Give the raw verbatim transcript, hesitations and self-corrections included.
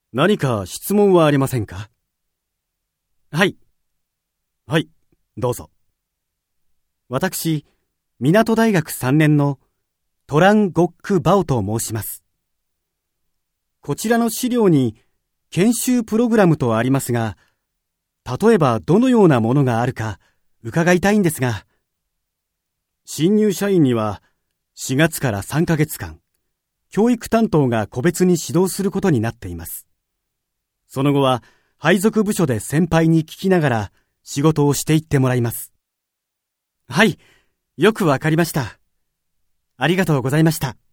何か質問はありませんか？はい。はい、どうぞ。私、港大学さんねんのトラン・ゴック・バオと申します。こちらの資料に研修プログラムとありますが、例えばどのようなものがあるか伺いたいんですが。新入社員にはしがつからさんかげつかん、教育担当が個別に指導することになっています。その後は配属部署で先輩に聞きながら仕事をしていってもらいます。はい、よくわかりました。ありがとうございました。